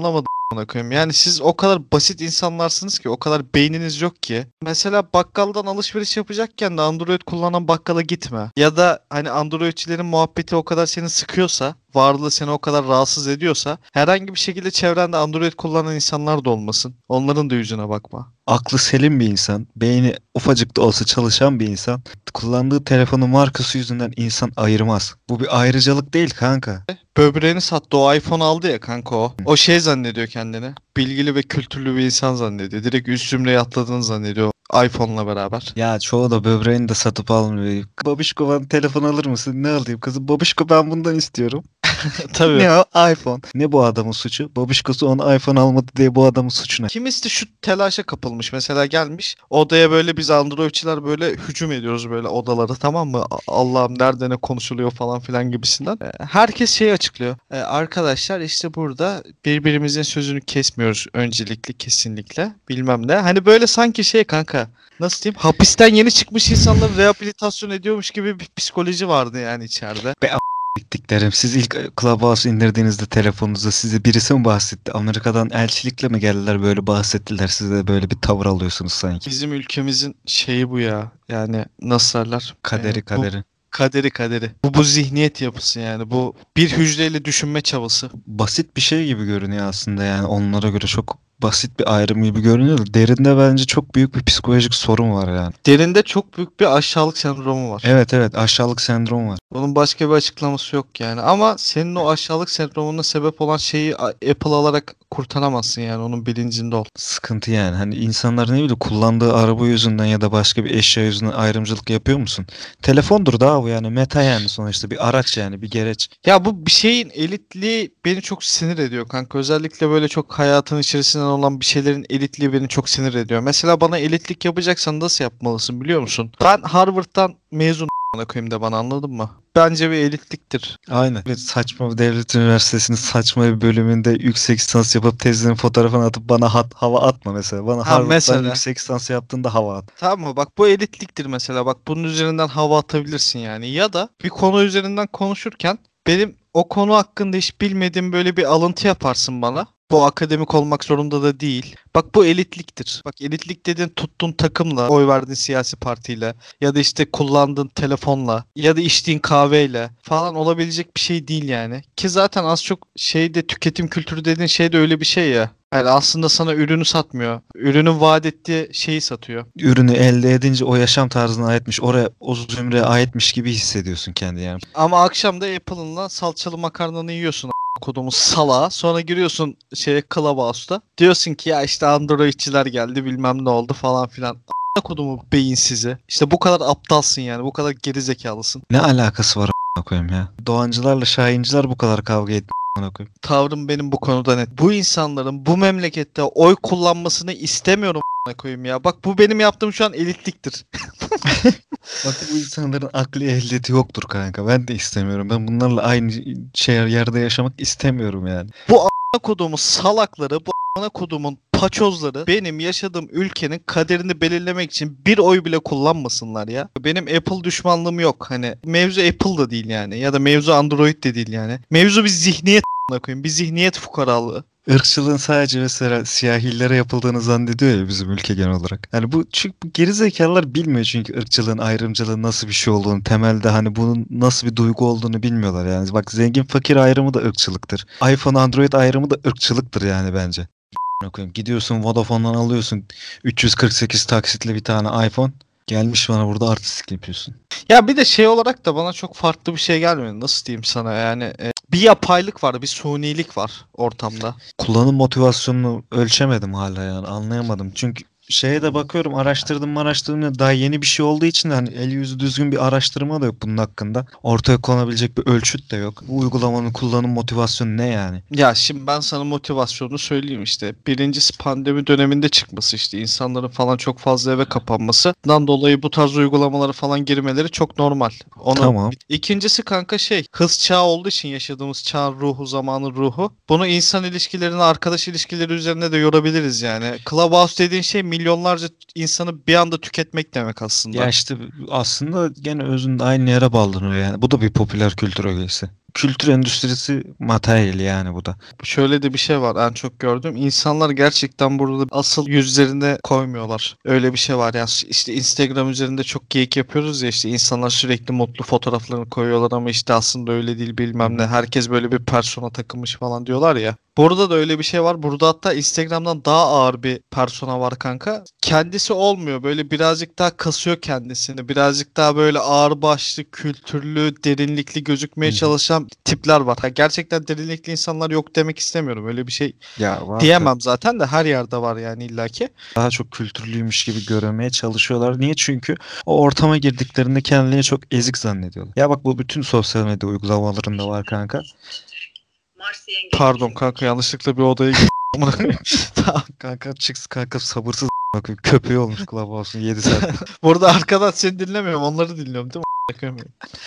amına koyayım. Yani siz o kadar basit insanlarsınız ki, o kadar beyniniz yok ki. Mesela bakkaldan alışveriş yapacakken de Android kullanan bakkala gitme. Ya da hani Androidçilerin muhabbeti o kadar seni sıkıyorsa, varlığı seni o kadar rahatsız ediyorsa, herhangi bir şekilde çevrende Android kullanan insanlar da olmasın. Onların da yüzüne bakma. Aklı selim bir insan, beyni ufacık da olsa çalışan bir insan, kullandığı telefonun markası yüzünden insan ayırmaz. Bu bir ayrıcalık değil kanka. Böbreğini sattı, o iPhone aldı ya kanka o. O şey zannediyor kendini. Bilgili ve kültürlü bir insan zannediyor. Direkt üst zümreye atladığını zannediyor iPhone'la beraber. Ya çoğu da böbreğini de satıp almıyor. Babişko bana telefon alır mısın? Ne alayım kızım? Babişko ben bundan istiyorum. Tabii. Ne o? iPhone. Ne bu adamın suçu? Babişkosu ona iPhone almadı diye bu adamın suçu ne? Kimisi de şu telaşa kapılmış. Mesela gelmiş odaya, böyle biz Androidçiler böyle hücum ediyoruz böyle odaları, tamam mı? A- Allah'ım nerede ne konuşuluyor falan filan gibisinden. E, Herkes şey açıklıyor. E, arkadaşlar işte burada birbirimizin sözünü kesmiyoruz öncelikli, kesinlikle. Bilmem ne. Hani böyle sanki şey kanka, nasıl diyeyim? Hapisten yeni çıkmış insanları rehabilitasyon ediyormuş gibi bir psikoloji vardı yani içeride. Diklerim. Siz ilk Clubhouse indirdiğinizde telefonunuza size birisi mi bahsetti? Amerika'dan elçilikle mi geldiler böyle bahsettiler? Siz de böyle bir tavır alıyorsunuz sanki. Bizim ülkemizin şeyi bu ya. Yani nasıl derler? Kaderi E, bu kaderi. kaderi kaderi. Bu bu zihniyet yapısı yani. Bu bir hücreyle düşünme çabası. Basit bir şey gibi görünüyor aslında yani onlara göre çok basit bir ayrım gibi görünüyor. da Derinde bence çok büyük bir psikolojik sorun var yani. Derinde çok büyük bir aşağılık sendromu var. Evet evet aşağılık sendromu var. Bunun başka bir açıklaması yok yani. Ama senin o aşağılık sendromuna sebep olan şeyi a- Apple alarak kurtaramazsın yani. Onun bilincinde ol. Sıkıntı yani. Hani insanlar ne bileyim kullandığı araba yüzünden ya da başka bir eşya yüzünden ayrımcılık yapıyor musun? Telefondur daha bu yani. Meta yani sonuçta bir araç yani bir gereç. Ya bu bir şeyin elitliği beni çok sinir ediyor kanka. Özellikle böyle çok hayatın içerisinden olan bir şeylerin elitliği beni çok sinir ediyor. Mesela bana elitlik yapacaksan nasıl yapmalısın biliyor musun? Ben Harvard'dan mezun a**ına koyayım da bana, anladın mı? Bence bir elitliktir. Aynen. Ve saçma bir devlet üniversitesinin saçma bir bölümünde yüksek lisans yapıp tezinin fotoğrafını atıp bana hat, hava atma mesela. Bana Ha, Harvard'dan mesela. yüksek lisans yaptığında hava at. Tamam mı? Bak bu elitliktir mesela. Bak bunun üzerinden hava atabilirsin yani. Ya da bir konu üzerinden konuşurken benim o konu hakkında hiç bilmediğim böyle bir alıntı yaparsın bana. Bu akademik olmak zorunda da değil. Bak bu elitliktir. Bak elitlik dediğin tuttuğun takımla, oy verdiğin siyasi partiyle ya da işte kullandığın telefonla ya da içtiğin kahveyle falan olabilecek bir şey değil yani. Ki zaten az çok şeyde tüketim kültürü dediğin şey de öyle bir şey ya. Yani aslında sana ürünü satmıyor. Ürünün vaat ettiği şeyi satıyor. Ürünü elde edince o yaşam tarzına aitmiş, oraya o zümreye aitmiş gibi hissediyorsun kendini yani. Ama akşam da Apple'ınla salçalı makarnanı yiyorsun a**, kodumu salağa. Sonra giriyorsun şeye Clubhouse'da. Diyorsun ki ya işte Androidçiler geldi bilmem ne oldu falan filan. A**, kodumu beyinsizi. İşte bu kadar aptalsın yani. Bu kadar geri zekalısın. Ne alakası var a**ına koyayım ya? Doğancılarla Şahinciler bu kadar kavga etmiyor a**ına koyayım. Tavrım benim bu konuda net. Bu insanların bu memlekette oy kullanmasını istemiyorum a**ına koyayım ya. Bak bu benim yaptığım şu an elitliktir. Bak bu insanların akli ehliyeti yoktur kanka. Ben de istemiyorum. Ben bunlarla aynı şey yerde yaşamak istemiyorum yani. A**ına kodumun salakları, bu a**ına kodumun paçozları benim yaşadığım ülkenin kaderini belirlemek için bir oy bile kullanmasınlar ya. Benim Apple düşmanlığım yok. Hani mevzu Apple da değil yani. Ya da mevzu Android de değil yani. Mevzu bir zihniyet a**ına koyayım. Bir zihniyet fukaralığı. Irkçılığın sadece mesela siyahilere yapıldığını zannediyor ya bizim ülke genel olarak. Yani bu çünkü bu gerizekalılar bilmiyor çünkü ırkçılığın, ayrımcılığın nasıl bir şey olduğunu, temelde hani bunun nasıl bir duygu olduğunu bilmiyorlar yani. Bak zengin fakir ayrımı da ırkçılıktır. iPhone Android ayrımı da ırkçılıktır yani bence. Koyayım. Gidiyorsun Vodafone'dan alıyorsun üç yüz kırk sekiz taksitle bir tane iPhone. Gelmiş bana burada artistlik yapıyorsun. Ya bir de şey olarak da bana çok farklı bir şey gelmiyor. Nasıl diyeyim sana yani. e, bir yapaylık var, bir sunilik var ortamda. Kullanım motivasyonunu ölçemedim hala yani anlayamadım. Çünkü şeye de bakıyorum araştırdım araştırdım daha yeni bir şey olduğu için hani el yüzü düzgün bir araştırma da yok bunun hakkında. Ortaya konabilecek bir ölçüt de yok. Bu uygulamanın kullanım motivasyonu ne yani? Ya şimdi ben sana motivasyonunu söyleyeyim işte. Birincisi pandemi döneminde çıkması, işte insanların falan çok fazla eve kapanmasından dolayı bu tarz uygulamalara falan girmeleri çok normal. Onu... Tamam. İkincisi kanka şey, hız çağı olduğu için yaşadığımız çağın ruhu, zamanın ruhu. Bunu insan ilişkilerini, arkadaş ilişkileri üzerine de yorabiliriz yani. Clubhouse dediğin şey milyonlarca insanı bir anda tüketmek demek aslında. Ya işte aslında gene özünde aynı yere bağlanıyor yani. Bu da bir popüler kültür ögesi. kültür endüstrisi materyali yani bu da. Şöyle de bir şey var en çok gördüğüm. İnsanlar gerçekten burada asıl yüzlerine koymuyorlar. Öyle bir şey var ya. İşte Instagram üzerinde çok geyik yapıyoruz ya, işte insanlar sürekli mutlu fotoğraflarını koyuyorlar ama işte aslında öyle değil bilmem ne. Herkes böyle bir persona takılmış falan diyorlar ya. Burada da öyle bir şey var. Burada hatta Instagram'dan daha ağır bir persona var kanka. Kendisi olmuyor. Böyle birazcık daha kasıyor kendisini. Birazcık daha böyle ağırbaşlı, kültürlü, derinlikli gözükmeye Hı hı. çalışan tipler var. Ha, gerçekten derinlikli insanlar yok demek istemiyorum. Öyle bir şey Ya var diyemem zaten de her yerde var yani illaki. daha çok kültürlüymüş gibi görünmeye çalışıyorlar. Niye? Çünkü o ortama girdiklerinde kendilerini çok ezik zannediyorlar. Ya bak bu bütün sosyal medya uygulamalarında var kanka. Pardon kanka, yanlışlıkla bir odaya girdim. Tamam kanka çıksın kanka sabırsız bakıyor. Köpeği olmuş Clubhouse'un yedi saat. Burada arkadan seni dinlemiyorum, onları dinliyorum değil mi?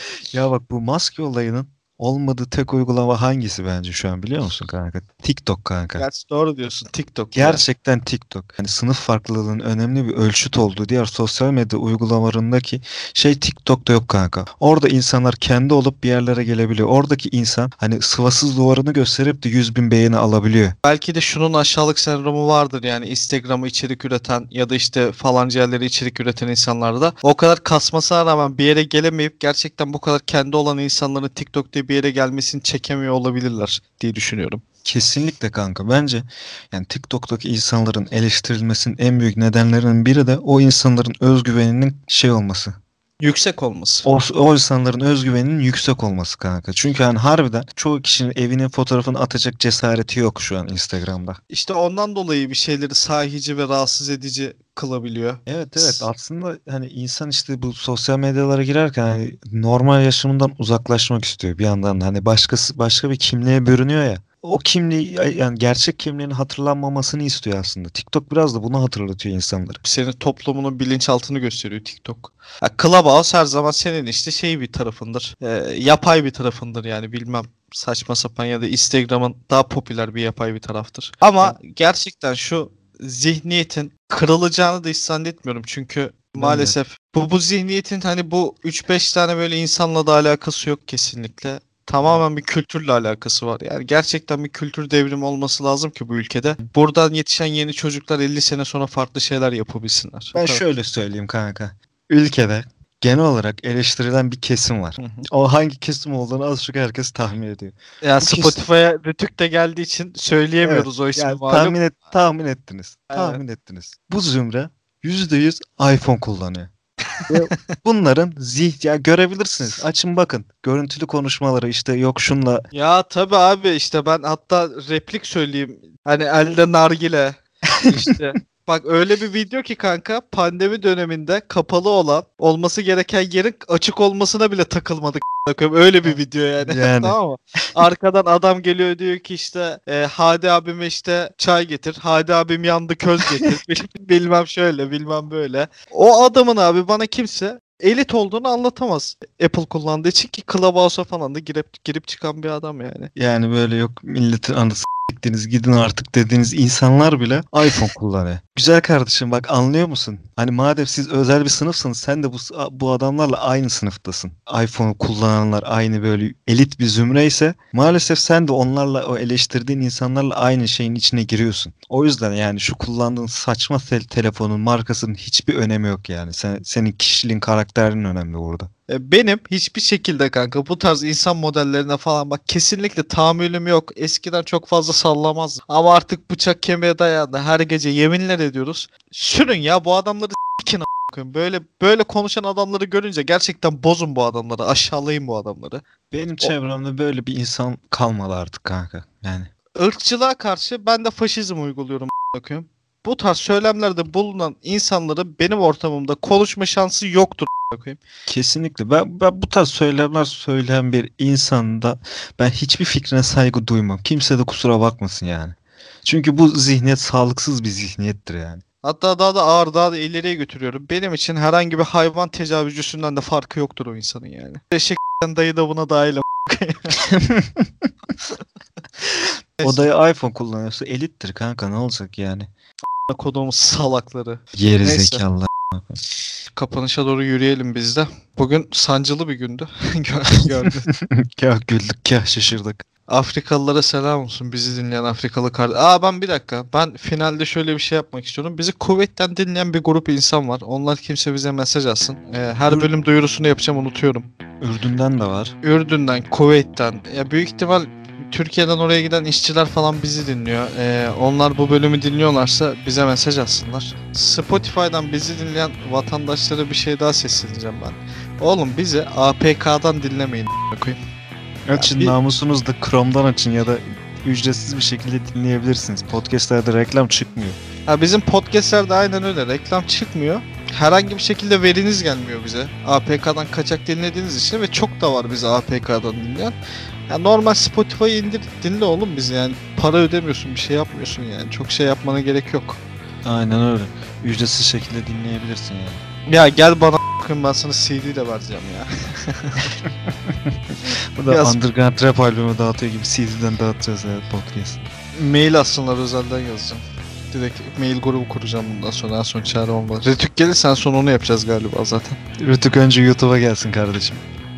Ya bak bu maske olayının olmadığı tek uygulama hangisi bence şu an biliyor musun kanka? TikTok kanka. Gerçi doğru diyorsun, TikTok. ya. Gerçekten TikTok. Yani sınıf farklılığının önemli bir ölçüt olduğu diğer sosyal medya uygulamalarındaki şey TikTok'ta yok kanka. Orada insanlar kendi olup bir yerlere gelebiliyor. Oradaki insan hani sıvasız duvarını gösterip de yüz bin beğeni alabiliyor. Belki de şunun aşağılık sendromu vardır yani, Instagram'ı içerik üreten ya da işte falanca yerleri içerik üreten insanlarda o kadar kasmasına rağmen bir yere gelemeyip gerçekten bu kadar kendi olan insanların TikTok'ta bir yere gelmesini çekemiyor olabilirler diye düşünüyorum. Kesinlikle kanka. Bence yani TikTok'taki insanların eleştirilmesinin en büyük nedenlerinin biri de o insanların özgüveninin şey olması. Yüksek olması. O, o insanların özgüveninin yüksek olması kanka. Çünkü hani harbiden çoğu kişinin evinin fotoğrafını atacak cesareti yok şu an Instagram'da. İşte ondan dolayı bir şeyleri sahici ve rahatsız edici kılabiliyor. Evet evet aslında hani insan işte bu sosyal medyalara girerken hani normal yaşamından uzaklaşmak istiyor bir yandan da. Hani başkası başka bir kimliğe bürünüyor ya. O kimliği yani gerçek kimliğinin hatırlanmamasını istiyor aslında. TikTok biraz da bunu hatırlatıyor insanlara. Senin toplumunun bilinçaltını gösteriyor TikTok. Ya, Clubhouse her zaman senin işte şey bir tarafındır. Ee, yapay bir tarafındır yani, bilmem, saçma sapan, ya da Instagram'ın daha popüler bir yapay bir taraftır. Ama gerçekten şu zihniyetin kırılacağını da hiç zannetmiyorum. Çünkü maalesef bu bu zihniyetin hani bu üç beş tane böyle insanla da alakası yok kesinlikle. Tamamen bir kültürle alakası var. Yani gerçekten bir kültür devrimi olması lazım ki bu ülkede. Buradan yetişen yeni çocuklar elli sene sonra farklı şeyler yapabilsinler. Ben Bu kadar. şöyle söyleyeyim kanka. Ülkede genel olarak eleştirilen bir kesim var. Hı hı. O hangi kesim olduğunu az çok herkes tahmin ediyor. Ya Bu kesin- Spotify'a Rütük de geldiği için söyleyemiyoruz o ismi Yani malum. tahmin, et, tahmin ettiniz. Evet. Tahmin ettiniz. Bu zümre yüzde yüz iPhone kullanıyor. Ve bunların zih ya görebilirsiniz. Açın bakın. Görüntülü konuşmaları işte yok şunla. Ya tabii abi, işte ben hatta replik söyleyeyim. Hani elde nargile işte. Bak öyle bir video ki kanka, pandemi döneminde kapalı olan, olması gereken yerin açık olmasına bile takılmadık. Öyle bir video yani. Yani. Tamam mı? Arkadan adam geliyor diyor ki işte e, Hadi abime işte çay getir. Hadi abim yandı köz getir. Bil- bilmem şöyle bilmem böyle. O adamın abi bana kimse elit olduğunu anlatamaz. Apple kullandığı için, ki Clubhouse'a falan da girip girip çıkan bir adam yani. Yani böyle yok milletin anısı s**tiniz gidin artık dediğiniz insanlar bile iPhone kullanıyor. Güzel kardeşim bak anlıyor musun? Hani madem siz özel bir sınıfsınız sen de bu bu adamlarla aynı sınıftasın. iPhone kullananlar aynı böyle elit bir zümre ise maalesef sen de onlarla o eleştirdiğin insanlarla aynı şeyin içine giriyorsun. O yüzden yani şu kullandığın saçma tel- telefonun markasının hiçbir önemi yok yani. Sen, senin kişiliğin karakterin önemli burada. E, Benim hiçbir şekilde kanka bu tarz insan modellerine falan bak kesinlikle tahammülüm yok. Eskiden çok fazla sallamazdım. Ama artık bıçak kemiğe dayandı. Her gece yeminler ediyoruz. Sürün ya bu adamları s**kin a**ın. Böyle böyle konuşan adamları görünce gerçekten bozun bu adamları. Aşağılayın bu adamları. Benim çevremde böyle bir insan kalmadı artık kanka. Yani Irkçılığa karşı ben de faşizm uyguluyorum a**ın. Bu tarz söylemlerde bulunan insanların benim ortamımda konuşma şansı yoktur a**ın. kesinlikle. Ben, ben bu tarz söylemler söyleyen bir insanda ben hiçbir fikrine saygı duymam. Kimse de kusura bakmasın yani. Çünkü bu zihniyet sağlıksız bir zihniyettir yani. Hatta daha da ağır, daha da ileriye götürüyorum. Benim için herhangi bir hayvan tecavüzcüsünden de farkı yoktur o insanın yani. Eşek dayı da buna dahil a**. O da iPhone kullanıyorsa elittir kanka ne olacak yani. Koduğumuz salakları. Geri Neyse. zekalılar. Kapanışa doğru yürüyelim biz de. Bugün sancılı bir gündü. Gör- Gördün. Kah güldük kah şaşırdık. Afrikalılara selam olsun. Bizi dinleyen Afrikalı kardeş. Aa ben bir dakika. Ben finalde şöyle bir şey yapmak istiyorum. Bizi Kuveyt'ten dinleyen bir grup insan var. Onlar kimse bize mesaj atsın. Ee, her bölüm duyurusunu yapacağım, unutuyorum. Ürdün'den de var. Ürdün'den, Kuveyt'ten. Ya büyük ihtimal Türkiye'den oraya giden işçiler falan bizi dinliyor. Ee, onlar bu bölümü dinliyorlarsa bize mesaj atsınlar. Spotify'dan bizi dinleyen vatandaşlara bir şey daha sesleneceğim ben. Oğlum bizi A P K'dan dinlemeyin a**ına koyayım. Açın bir- namusunuz da Chrome'dan açın ya da ücretsiz bir şekilde dinleyebilirsiniz. Podcast'lerde reklam çıkmıyor. Ha bizim podcastlerde aynen öyle. Reklam çıkmıyor. Herhangi bir şekilde veriniz gelmiyor bize. A P K'dan kaçak dinlediğiniz için ve çok da var bizi A P K'dan dinleyen. Ya normal Spotify'ı indir dinle oğlum bizi yani. Para ödemiyorsun, bir şey yapmıyorsun yani. Çok şey yapmana gerek yok. Aynen öyle. Ücretsiz şekilde dinleyebilirsin yani. Ya gel bana a**ın, ben sana C D de vereceğim ya. Bu da Yaz. Underground Rap albümü dağıtıyor gibi C D'den dağıtacağız evet podcast. Mail atsınlar, özelden yazacağım. Direkt mail grubu kuracağım bundan sonra, en son çare olmaz. Retük gelirsen son onu yapacağız galiba zaten. Rütük önce YouTube'a gelsin kardeşim.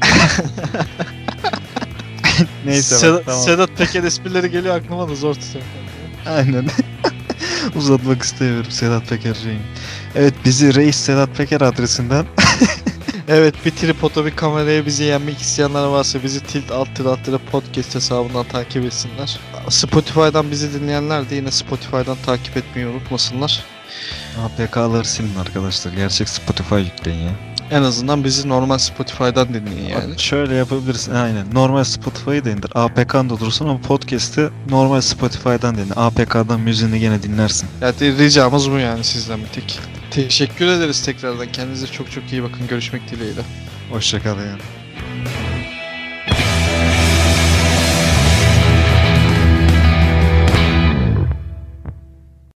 Neyse Sedat, bak, tamam. Sedat Peker esprileri geliyor aklıma da zor tutuyor. Aynen. Uzatmak istemiyorum Sedat Peker şeyini. Evet bizi Reis Sedat Peker adresinden Evet, bir tripoda bir kameraya bizi yenmek isteyenler varsa bizi tilt alt tir alt tir podcast hesabından takip etsinler. Spotify'dan bizi dinleyenler de yine Spotify'dan takip etmeyi unutmasınlar. A P K'ları silin arkadaşlar. Gerçek Spotify yükleyin ya. En azından bizi normal Spotify'dan dinleyin yani. Bak, şöyle yapabilirsin aynen. Normal Spotify'ı da indir. A P K'nda dursun ama podcast'ı normal Spotify'dan dinle. A P K'dan müziğini gene dinlersin. Yani ricamız bu yani sizden bir tek. Teşekkür ederiz tekrardan. Kendinize çok çok iyi bakın. Görüşmek dileğiyle. Hoşçakal yani.